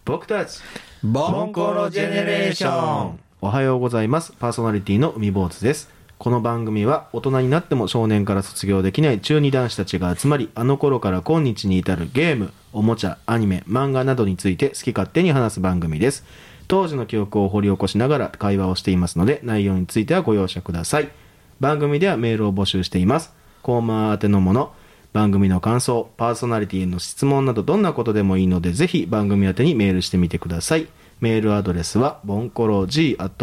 僕たちボンコロジェネレーション。 おはようございます。パーソナリティの海坊主です。この番組は大人になっても少年から卒業できない中二男子たちが集まり、あの頃から今日に至るゲーム、おもちゃ、アニメ、漫画などについて好き勝手に話す番組です。当時の記憶を掘り起こしながら会話をしていますので、内容についてはご容赦ください。番組ではメールを募集しています。コーマー宛てのもの、番組の感想、パーソナリティの質問などどんなことでもいいので、ぜひ番組宛てにメールしてみてください。メールアドレスはボンコロ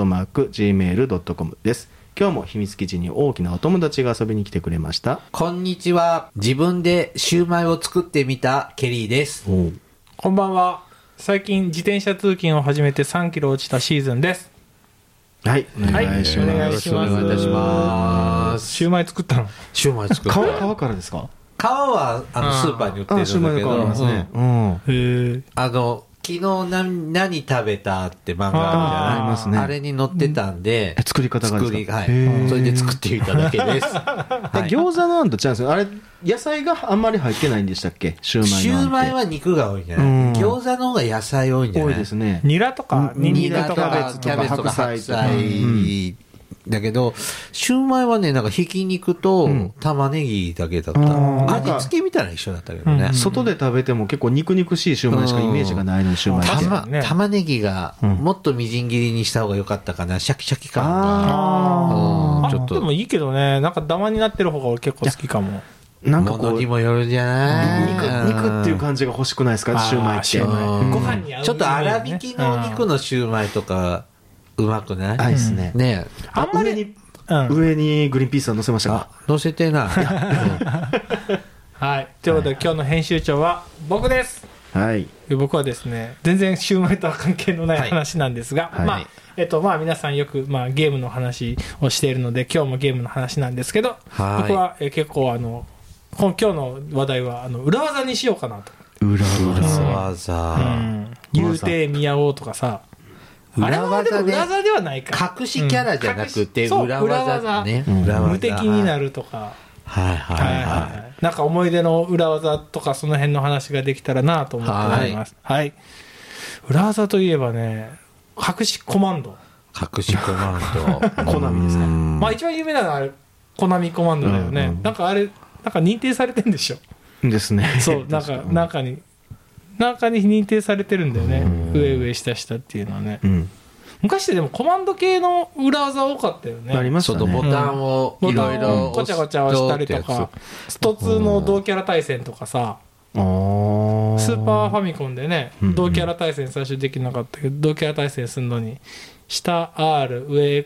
G@gmail.com です。今日も秘密基地に大きなお友達が遊びに来てくれました。 こんにちは。自分でシューマイを作ってみたケリーです。 こんばんは。最近自転車通勤を始めて3キロ落ちたシーズンです。 はい、お願いします。 お願いします。 よろしくお願いいたします。 シューマイ作ったの？ シューマイ作った。 皮からですか？ 皮はスーパーに売ってるんだけど、 シューマイの皮ありますね。 へ昨日何食べたって漫画あるじゃない？ ありますね。 あれに載ってたんで、 作り方がですか？ はい。それで作ってみただけです。 餃子のあんと違うんですよ。あれ野菜があんまり入ってないんでしたっけ？シューマイのあんって。 シューマイは肉が多いんじゃない？餃子の方が野菜多いんじゃない？ 多いですね。 ニラとかニンニクとかキャベツとか白菜だけど、シューマイはね、なんかひき肉と玉ねぎだけだった。味付けみたいな一緒だったけどね。 外で食べても結構肉々しいシューマイしかイメージがないのに、シューマイって。 玉ねぎがもっとみじん切りにした方が良かったかな。シャキシャキ感が。 ちょっとでもいいけどね、なんかダマになってる方が結構好きかも。 なんか物にもよるじゃない？ 肉っていう感じが欲しくないですか？シューマイって。 ご飯に合う。 ちょっと粗挽きの肉のシューマイとかうまくない？ あ、いいですね。 ねえ。 あんまり上にグリーンピースは乗せましたか？ 乗せてない。 はい。ということで今日の編集長は僕です。 はい。 僕はですね、全然シューマイとは関係のない話なんですが、まあ皆さんよくゲームの話をしているので、今日もゲームの話なんですけど、僕は結構今日の話題は裏技にしようかなと。 裏技。 言うて宮尾とかさ。あれはでも裏技ではないか。 隠しキャラじゃなくて裏技ね。 無敵になるとか。なんか思い出の裏技とかその辺の話ができたらなと思っております。はい。裏技といえばね、隠しコマンド。 隠しコマンド。 コナミですか？ まあ一番有名なのはあれ、コナミコマンドだよね。なんかあれ、なんか認定されてんでしょ。 ですね。 そう、中に認定されてるんだよね。上下下っていうのはね。昔ってでもコマンド系の裏技多かったよね。 ありましたね。 ボタンをいろいろごちゃごちゃ押したりとか、スト2の同キャラ対戦とかさ、スーパーファミコンでね、同キャラ対戦最初できなかったけど、同キャラ対戦するのに、下 R、上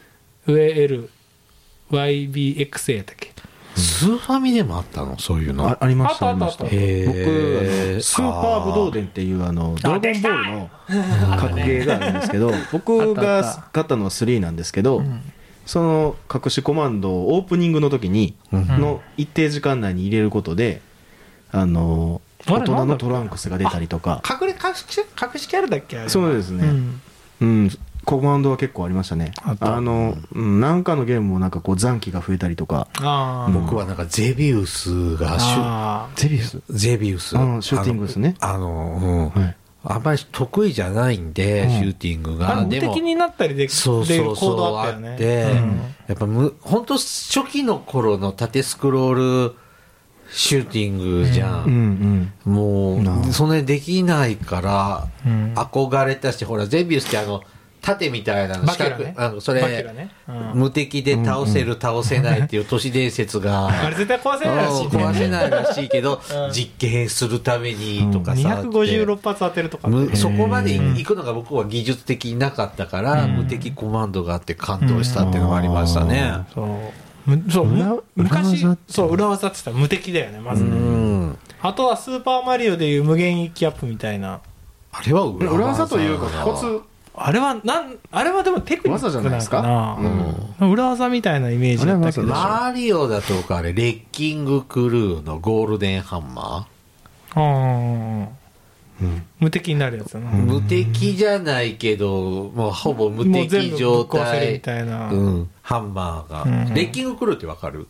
L、YBXA だっけ？ スーファミでもあったの？そういうのありました。僕あった。 スーパーブドウ伝っていうドラゴンボールの格ゲーがあるんですけど、僕が買ったのは3なんですけど、その隠しコマンドをオープニングの時にの一定時間内に入れることで大人のトランクスが出たりとか。 隠しキャラだっけ？ そうですね。コマンドは結構ありましたね。なんかのゲームもなんかこう残機が増えたりとか。 僕はなんかゼビウスがゼビウスシューティングですね。 あんまり得意じゃないんで、シューティングが。 無敵になったりできるコードあったよね。 やっぱ本当初期の頃の縦スクロールシューティングじゃん。もうそれできないから憧れたし、ほらゼビウスって盾みたいなの四角、それ無敵で倒せる倒せないっていう都市伝説があれ絶対壊せないらしい。 壊せないらしいけど実験するためにとかさ、 256発当てるとかそこまで行くのが僕は技術的になかったから無敵コマンドがあって感動したっていうのがありましたね。 昔裏技って言ったら無敵だよね、まずね。あとはスーパーマリオでいう無限一気アップみたいな。 あれは裏技というかコツ。 あれはでもテクニックなのかな。裏技みたいなイメージだったけど。 マリオだとかあれレッキングクルーのゴールデンハンマー。 無敵になるやつだな。 無敵じゃないけどもうほぼ無敵状態みたいな、ハンマーが、レッキングクルーってわかる？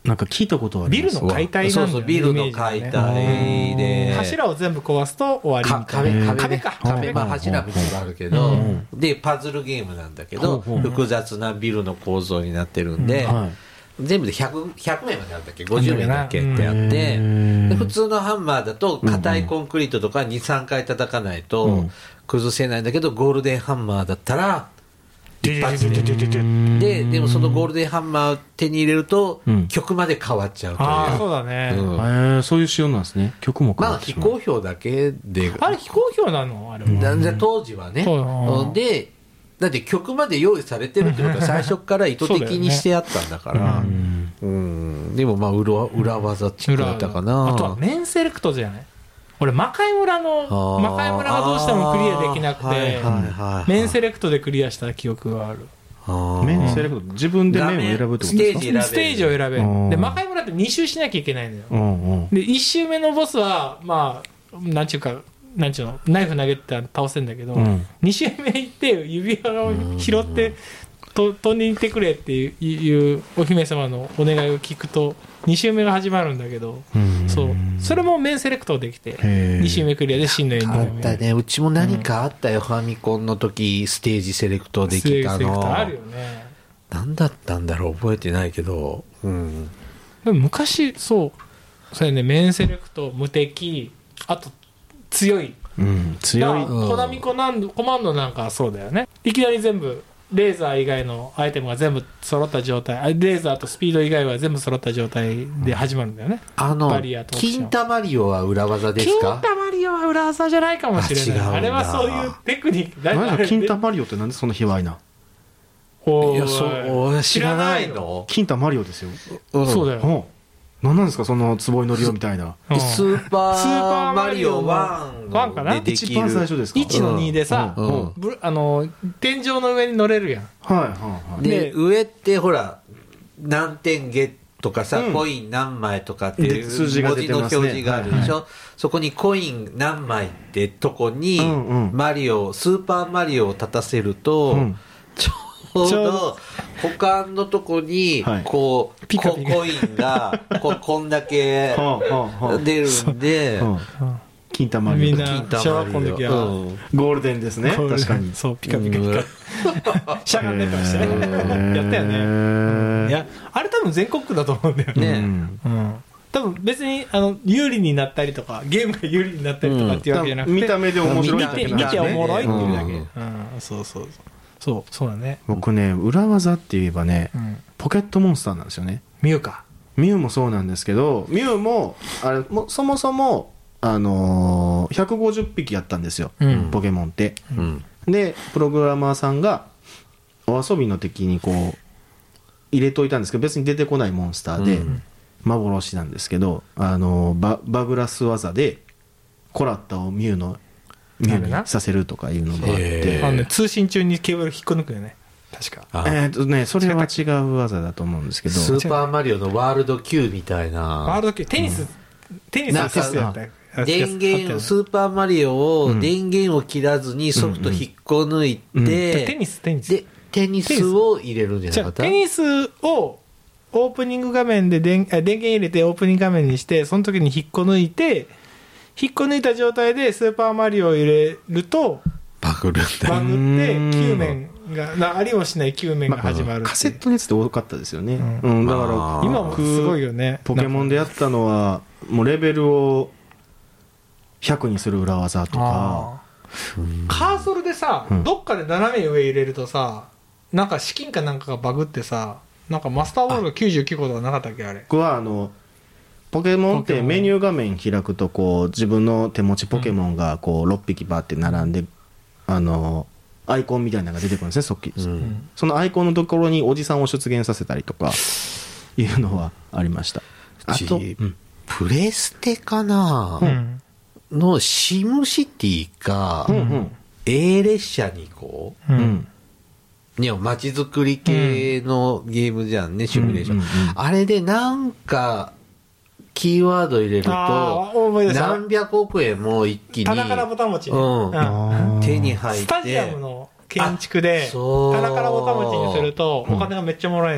なんか聞いたことあビります。 ルの解体なんだよね。 そうそう、ビルの解体で。 柱を全部壊すと終わりみたいな。壁か。 壁、まあ柱みたいなのがあるけど、で、パズルゲームなんだけど、複雑なビルの構造になってるんで、全部で100名まであるんだっけ ?50 名だっけってあって、で普通のハンマーだと硬いコンクリートとか2、3回叩かないと崩せないんだけど、ゴールデンハンマーだったら、一発でもそのゴールデンハンマーを手に入れると、曲まで変わっちゃうという。 ああ、そうだね。 そういう仕様なんですね。曲も変わまあ、非公表だけで。 あれ、非公表なのあれは。 当時はね。で、だって曲まで用意されてるってことは最初から意図的にしてあったんだから。でもまあ、裏技って言ったかな。 あとはメンセレクトじゃない俺、魔界村がどうしてもクリアできなくて、メンセレクトでクリアした記憶がある。 メンセレクト自分で面を選ぶってことですか？ ステージを選べる。で、魔界村って2周しなきゃいけないのよ。で、1周目のボスは、まあ、なんちゅうの、ナイフ投げて倒せるんだけど、2周目行って指輪を拾って、飛んでいってくれっていうお姫様のお願いを聞くと2周目が始まるんだけど、それもメンセレクトできて2周目クリアで真のエンディング。 あったね。うちも何かあったよ、ファミコンの時ステージセレクトできたの。 あるよね。 何だったんだろう、覚えてないけど、 でも昔そうやね、メンセレクト、無敵、あと強い、コナミコマンドなんかそうだよね。いきなり全部レーザー以外のアイテムが全部揃った状態、レーザーとスピード以外は全部揃った状態で始まるんだよね。バリアとキンタマリオは裏技ですか？ キンタマリオは裏技じゃないかもしれない。あれはそういうテクニック。 何だキンタマリオってなんでそんな卑猥な？ いや、そう知らないの？ キンタマリオですよ。 そうだよ。 何なんですかその壺に乗りようみたいな。 スーパーマリオ1 かな？ 一番最初ですか ？1の2でさ、天井の上に乗れるやん。 で、上ってほら、何点ゲットとかさ、コイン何枚とかっていう文字の表示があるでしょ。そこにコイン何枚ってとこに、スーパーマリオを立たせると、ちょうど股間のとこにこうコインがこんだけ出るんで、 金玉マリオ、 みんな小学校の時はゴールデンですね。確かにそうピカピカしゃがんでたりしてね、やったよね。いやあれ多分全国区だと思うんだよね。多分別に有利になったりとかゲームが有利になったりとかっていうわけじゃなくて、 見た目で面白いだけ、 見ておもろいっていうだけ。そうだね。 僕ね、裏技って言えばね、ポケットモンスターなんですよね。 ミュウか。 ミュウもそうなんですけど、ミュウもあれそもそも150匹やったんですよ、ポケモンって。でプログラマーさんがお遊びの時にこう入れといたんですけど、別に出てこないモンスターで、幻なんですけど、バグラス技でコラッタをミュウにさせるとかいうのがあって、 通信中にケーブル引っこ抜くよね、確か。 それは違う技だと思うんですけど、 スーパーマリオのワールド Q みたいな、 ワールド Q テニスのテストやったよ。 電源、スーパーマリオを電源を切らずにソフト引っこ抜いて、 テニスでテニスを入れるんじゃなかった？ テニスをオープニング画面で電源入れてオープニング画面にして、その時に引っこ抜いた状態でスーパーマリオを入れるとバグるんだ。 バグって9面がありもしない9面が始まる。 カセットのやつって多かったですよね。だから今もすごいよね。 ポケモンでやったのはもうレベルを100にする裏技とか、 カーソルでさ、どっかで斜め上入れるとさ、なんか資金かなんかがバグってさ、なんかマスターボールが99個とかなかったっけあれ。 僕はポケモンってメニュー画面開くとこう自分の手持ちポケモンがこう6匹バーって並んで、アイコンみたいなのが出てくるんですね、そのアイコンのところにおじさんを出現させたりとかいうのはありました。あと、 プレステかな、のシムシティか、A 列車にこう、街づくり系のゲームじゃんね、シミュレーション。あれでなんかキーワード入れると何百億円も一気に棚からボタン持ち、 手に入って、 スタジアムの建築で棚からボタン持ちにするとお金がめっちゃもらえるのよ。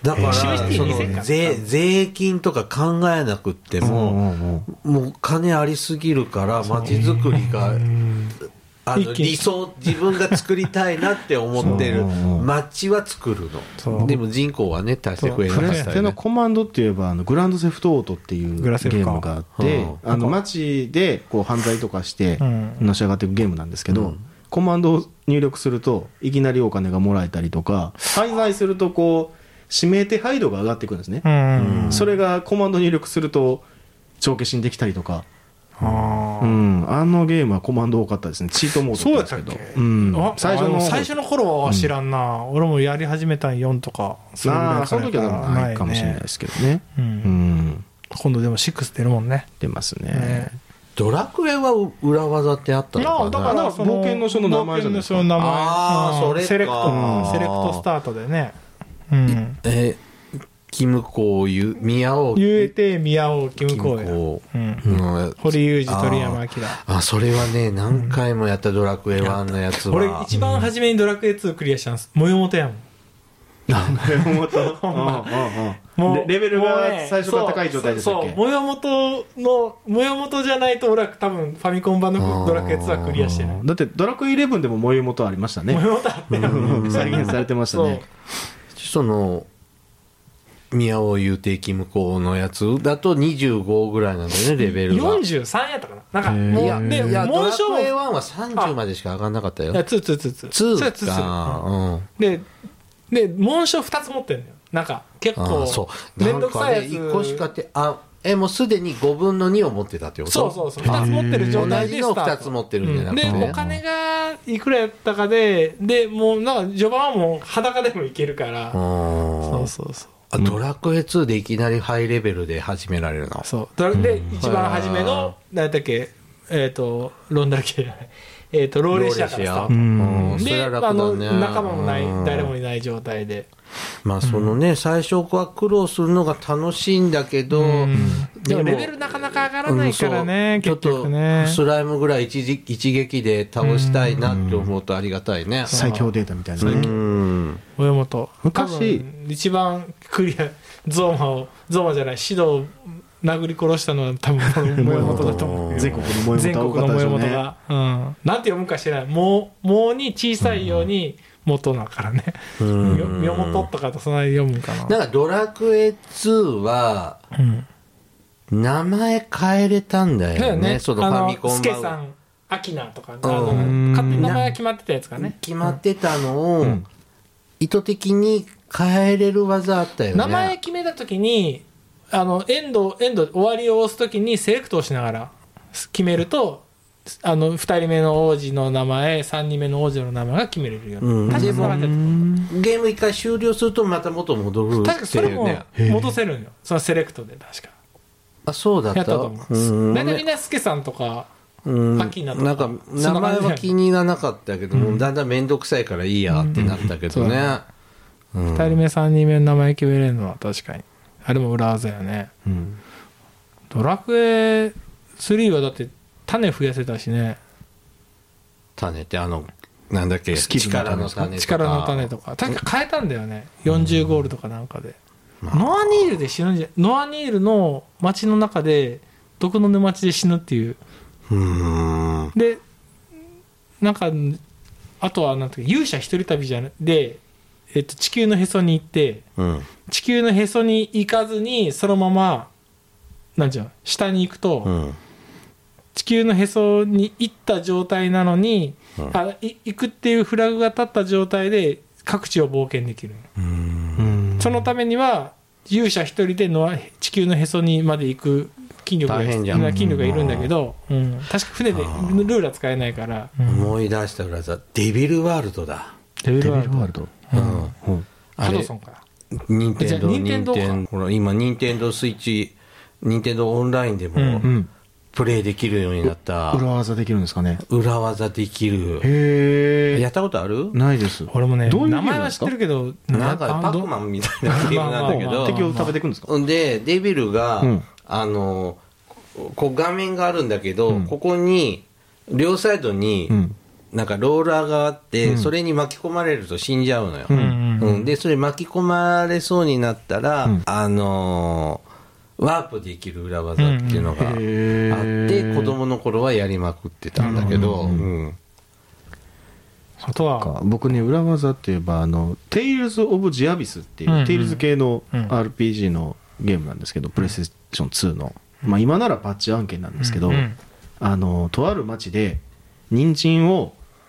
だからそシミシティの 2000か税金とか考えなくっても、もう金ありすぎるから街づくりが理想、自分が作りたいなって思ってる街は作るの。でも人口はね大して増えなかったよね。 プレステのコマンドって言えばグランドセフトオートっていうゲームがあって、街でこう犯罪とかしてのし上がっていくゲームなんですけど、コマンドを入力するといきなりお金がもらえたりとか、犯罪するとこう指名手配度が上がっていくんですね。それがコマンド入力すると帳消しにできたりとか。あのゲームはコマンド多かったですね。チートモードですけど。 最初の頃は知らんな。俺もやり始めたん4とか。 その時はないかもしれないですけどね。 今度でも6出るもんね。 出ますね。 ドラクエは裏技ってあったのかな。 だから冒険の書の名前じゃないですか。 それか。 セレクトスタートでね。 キムコウ宮尾ゆえて宮尾キムコウや、堀裕二鳥山明。 それはね何回もやったドラクエ1のやつは。 俺一番初めにドラクエ2クリアしたんです。もよもとやもん。 もうレベルが最初から高い状態でしたっけ。 もよもとじゃないと俺は多分ファミコン版のドラクエ2はクリアしてない。 だってドラクエ11でももよもとありましたね。 もよもとあって再現されてましたね。 その宮尾雄帝キムコのやつだと25ぐらいなんだよねレベルが。 43やったかな。なんかいやドラクエ1は30までしか上がんなかったよ。 いや2か。で紋章2つ持ってるんだよ。なんか結構面倒くさいやつ。 1個しかってもうすでに5分の2を持ってたってこと。 そう2つ持ってる状態で同じの2つ持ってるんじゃなくて、 でお金がいくらやったかでもうなんか序盤はもう裸でもいけるから。そうドラクエ2でいきなりハイレベルで始められるの。 そうで一番初めの何だっけロンダル系じゃないローレシアからスタートで仲間もない誰もいない状態で。 そのね最初は苦労するのが楽しいんだけど、 でもレベルなかなか上がらないからね。 ちょっとスライムぐらい一撃で倒したいなって思うとありがたいね。 最強データみたいなね。 親元昔一番クリアゾーマじゃないシドを殴り殺したのは多分この萌え元だと思う。 全国の萌え元がなんて読むか知らない。もに小さいように元だからね。みょもととかとその間読むかな。 なんかドラクエ2は名前変えれたんだよね。そのファミコン版。 スケさんアキナとか勝手に名前が決まってたやつかね。 決まってたのを意図的に変えれる技あったよね。 名前決めた時にエンド終わりを押す時にセレクトをしながら決めると2人目の王子の名前3人目の王子の名前が決めれるように。確かそんな感じだった。 ゲーム1回終了するとまた元戻るっていうね。 確かそれも戻せるんよ。そのセレクトで確か。 そうだった。 やったと思う。大体みんなスケさんとかアキナとかなんか名前は気に入らなかったけども、だんだん面倒くさいからいいやってなったけどね。 2人目3人目の名前決めれるのは確かにあれも裏技よね。ドラクエ3はだって種増やせたしね。 種ってなんだっけ力の種とか確か変えたんだよね。40ゴールとかなんかで。ノアニールで死ぬんじゃノアニールの街の中で毒の沼地で死ぬっていう。でなんかあとはなんていうか勇者一人旅じゃで、地球のへそに行って、地球のへそに行かずにそのままなんじゃ下に行くと、地球のへそに行った状態なのに、行くっていうフラグが立った状態で各地を冒険できる。そのためには勇者一人で地球のへそにまで行く筋力がいるんだけど、確か船でルールは使えないから。 思い出した裏技デビルワールドだ。 デビルワールド。 ハドソンか。 任天堂ほら今任天堂スイッチ任天堂オンラインでもプレイできるようになった。 裏技できるんですかね。 裏技できる。 へえ。 やったことある？ ないです。 俺もね名前は知ってるけど、 なんかパックマンみたいなゲームなんだけど敵を食べていくんですか。 でデビルがこう画面があるんだけど、ここに両サイドになんかローラーがあって、それに巻き込まれると死んじゃうのよ。 でそれ巻き込まれそうになったら、ワープできる裏技っていうのがあって、子供の頃はやりまくってたんだけど、 あとは僕ね、裏技って言えばテイルズ・オブ・ジ・アビスっていう、テイルズ系の RPG のゲームなんですけど、プレイステーション2の、まあ、今ならパッチ案件なんですけど、とある町で人参を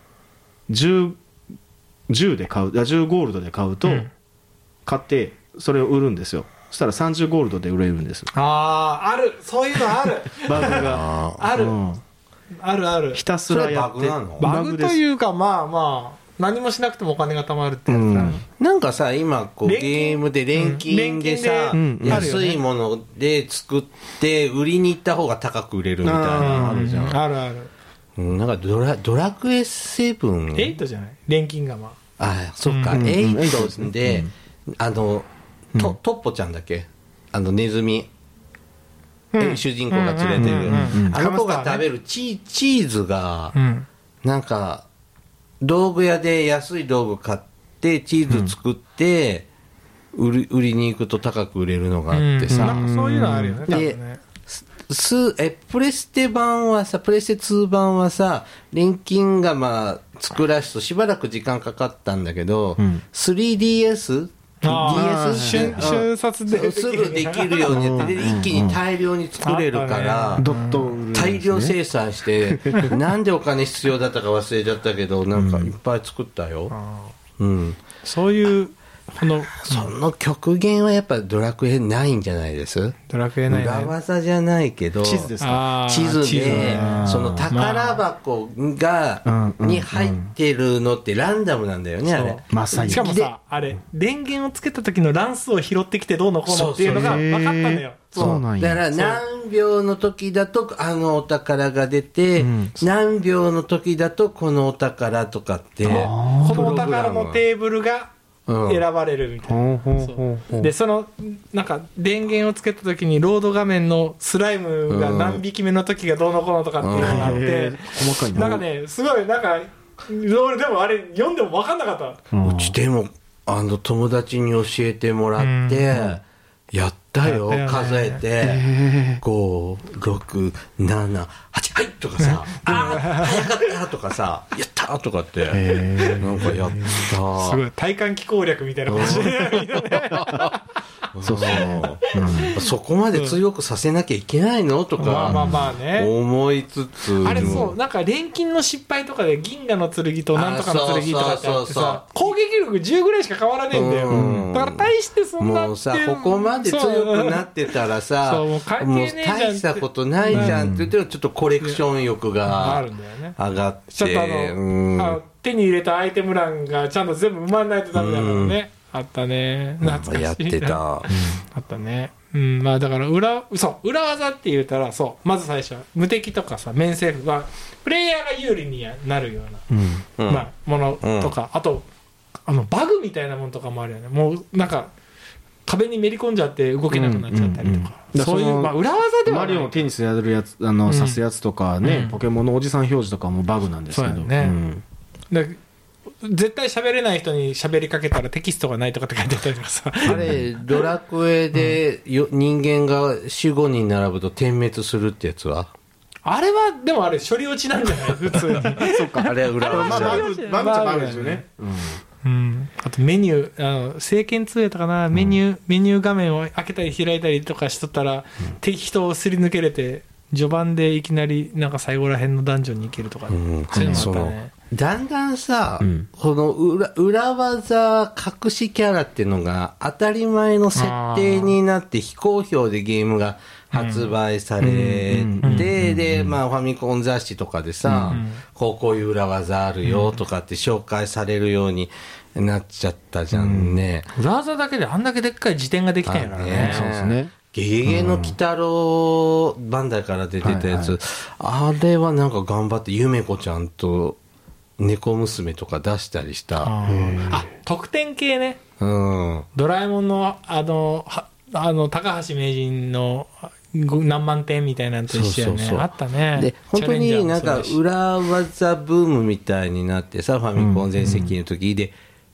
10で買う、10ゴールドで買うと、買ってそれを売るんですよ。そしたら30ゴールドで売れるんです。 ある、そういうのあるバグがある、あるひたすらやって、 バグというか、まあ何もしなくてもお金が貯まるってやつだ、 なんかさ、今こうゲームで錬金でさ、安いもので作って売りに行った方が高く売れるみたいなのあるじゃん。 あるなんかドラクエ7、 8じゃない、錬金釜。 そっか、8で、トッポちゃんだっけ、ネズミ、主人公が連れてる、あの子が食べるチーズが、なんか道具屋で安い道具買ってチーズ作って、売りに行くと高く売れるのがあってさ、 そういうのあるよね。でプレステ版はさ、プレステ2版はさ、錬金釜作らすとしばらく時間かかったんだけど、3DS 瞬殺ですぐできるようにやって、一気に大量に作れるから、大量生産して、なんでお金必要だったか忘れちゃったけど、なんかいっぱい作ったよ。 そういうその極限はやっぱドラクエないんじゃないです？ ドラクエない、 裏技じゃないけど、 地図ですか？ 地図でその宝箱に入ってるのってランダムなんだよね、あれ。 まさに。 しかもさ、あれ電源をつけた時の乱数を拾ってきてどうのこうのっていうのが分かったんだよ。 そうなんや。 だから何秒の時だとお宝が出て、何秒の時だとこのお宝とかって、このお宝のテーブルが選ばれるみたいな。でなんか電源をつけた時にロード画面のスライムが何匹目の時がどうのこうのとかっていうのがあって、 細かいなんかね、すごいなんか俺でもあれ読んでも分かんなかった。 うちでも友達に教えてもらって、やったよ、数えて、5、6、7、8、はいとかさ、早かったとかさ、やったとかって、なんかやった。 すごい、体感気攻略みたいな感じで。 そうそう。そこまで強くさせなきゃいけないのとか、思いつつ。 あれそう、なんか錬金の失敗とかで銀河の剣となんとかの剣とかってあってさ、攻撃力10ぐらいしか変わらねえんだよ。だから大してそんなって。 もうさ、ここまで強くなってたらさ、もう大したことないじゃんって言ってちょっとコレクション欲が上がって。 ちょっと手に入れたアイテム欄がちゃんと全部埋まんないとダメだからね。あったね。懐かしいな。 やってた。 あったね。まあだから裏技って言ったら、まず最初は無敵とかさ、免セーフはプレイヤーが有利になるような、まあものとか、あとバグみたいなものとかもあるよね。もうなんか壁にめり込んじゃって動けなくなっちゃったりとか、そういうまあ裏技ではない。 マリオのテニスやるやつ、刺すやつとかね、ポケモンのおじさん表示とかもバグなんですけど。そうだね。絶対喋れない人に喋りかけたらテキストがないとかって書いてあったりとかさ。 あれドラクエで人間が守護に並ぶと点滅するってやつは、 あれはでもあれ処理落ちなんじゃない普通に。 そっか、あれは裏技。 バグですよね。 あとメニュー聖剣2やったかな、メニュー画面を開けたり開いたりとかしとったら、敵人をすり抜けれて序盤でいきなりなんか最後ら辺のダンジョンに行けるとか、そういうのもあったね。 だんだんさ、この裏技隠しキャラっていうのが当たり前の設定になって非公表でゲームが発売されて、で、まあファミコン雑誌とかでさ、こういう裏技あるよとかって紹介されるようになっちゃったじゃんね。 裏技だけであんだけでっかい辞典ができたんやからね。 そうですね。 ゲゲゲの鬼太郎バンダイから出てたやつ、あれはなんか頑張ってゆめこちゃんと猫娘とか出したりした。 得点系ね。 ドラえもんの高橋名人の何万点みたいなのと一緒やね。あったね。 で本当になんか裏技ブームみたいになってさ、ファミコン全盛期の時で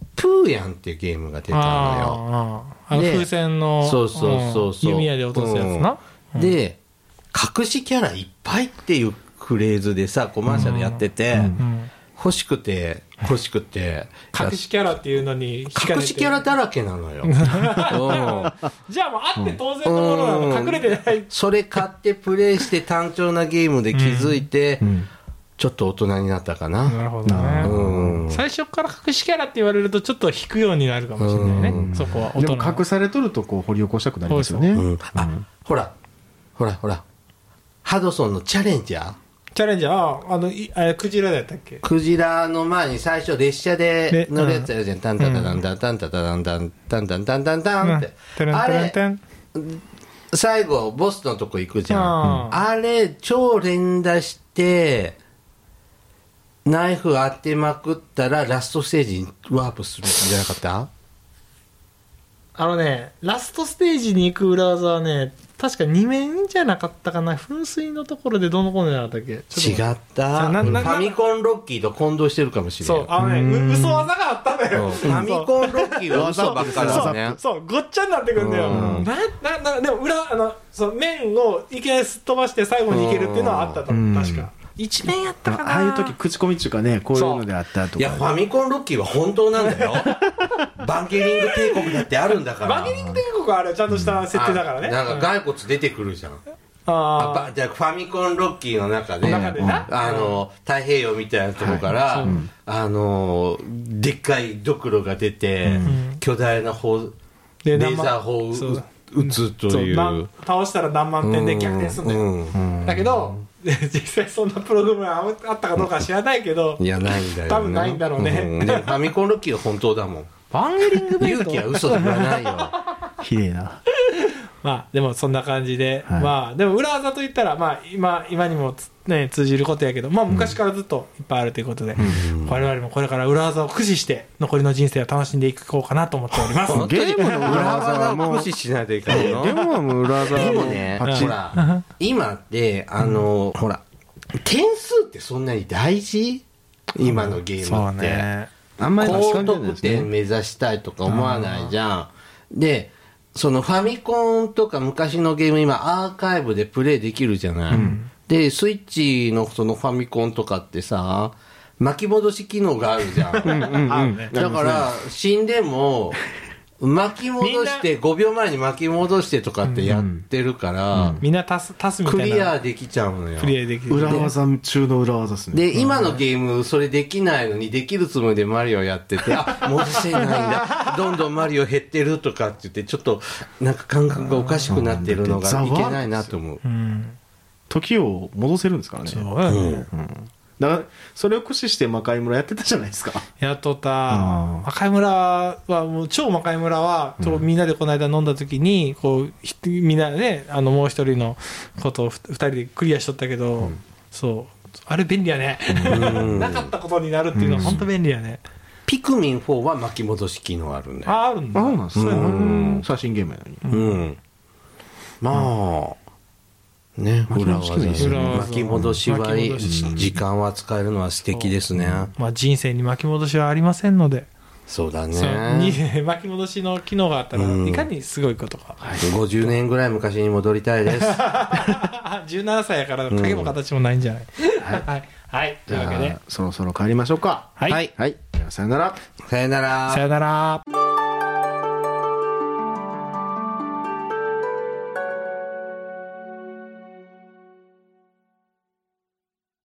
プーヤンっていうゲームが出たのよ。 で風船のそう弓矢で落とすやつな、 で隠しキャラいっぱいっていうフレーズでさコマーシャルやってて、欲しくて隠しキャラっていうのに隠しキャラだらけなのよ。 じゃあもうあって当然のものなの、隠れてない。 それ買ってプレイして単調なゲームで気づいて、ちょっと大人になったかな。 なるほどね、最初から隠しキャラって言われるとちょっと引くようになるかもしれないね、そこは大人。 でも隠されとるとこう掘り起こしたくなりますよね。 ほらハドソンのチャレンジャークジラだったっけ。 クジラの前に最初列車で乗るやつやるじゃん。タンタタタンタンタンタタンタンタンタンタンタンタンってあれ最後ボスのとこ行くじゃん。あれ超連打してナイフ当てまくったらラストステージにワープするんじゃなかった？ ラストステージに行く裏技はね、確か2面じゃなかったかな。噴水のところでどのコーナーじゃなかったっけ。 違った。ファミコンロッキーと混同してるかもしれない。 そう嘘技があったのよ。 ファミコンロッキーは嘘ばっかりだね。 そうごっちゃになってくるんだよ。でも面をいきなりすっ飛ばして最後に行けるっていうのはあったと思う。確か一面やったかな。 ああいう時口コミっていうかね、こういうのであったとか。 いやファミコンロッキーは本当なんだよ。バンゲリング帝国だってあるんだから。 バンゲリング帝国はあれちゃんとした設定だからね。 なんか骸骨出てくるじゃん。じゃあファミコンロッキーの中で太平洋みたいなとこから、でっかいドクロが出て、巨大なレーザー砲を撃つという。 倒したら何万点で逆転するんだよ。だけど実際そんなプログラムあったかどうかは知らないけど、 いやないんだよね。 多分ないんだろうね。 でファミコンロッキーは本当だもん。 バンゲリング勇気は嘘ではないよ。 綺麗な。 でもそんな感じで、でも裏技といったら今にもね通じることやけど、昔からずっといっぱいあるということで、我々もこれから裏技を駆使して残りの人生を楽しんでいこうかなと思っております。 ゲームの裏技も駆使しないといけないの。 ゲームの裏技もね、ほら今ってほら点数ってそんなに大事？今のゲームって。あんまり高得点目指したいとか思わないじゃん。で、そのファミコンとか昔のゲーム今アーカイブでプレイできるじゃない。で、スイッチのそのファミコンとかってさ、巻き戻し機能があるじゃん。だから死んでも巻き戻して5秒前に巻き戻してとかってやってるから、 みんな足すみたいな。 クリアできちゃうのよ。 クリアできる。 裏技中の裏技ですね。 で、今のゲームそれできないのにできるつもりでマリオやってて、戻せないんだ。どんどんマリオ減ってるとかって言って、ちょっとなんか感覚がおかしくなってるのがいけないなと思う。 時を戻せるんですからね。 そうやね。 だからそれを駆使して魔界村やってたじゃないですか。 やっとった魔界村はもう超魔界村は、みんなでこの間飲んだ時にこうみんなねもう一人のことを2人でクリアしとったけど、そうあれ便利やね。なかったことになるっていうのは本当便利やね。 ピクミン4は巻き戻し機能あるんだよ。 あるんだ。 そうなんですね。写真ゲームやのに。 まあね、裏技巻き戻しはいい。時間は使えるのは素敵ですね。 人生に巻き戻しはありませんので。 そうだね。 巻き戻しの機能があったらいかにすごいことか。 50年ぐらい昔に戻りたいです。 17歳やから影も形もないんじゃない。はい。というわけでそろそろ帰りましょうか。 はい。 さよなら。 さよなら。 さよなら。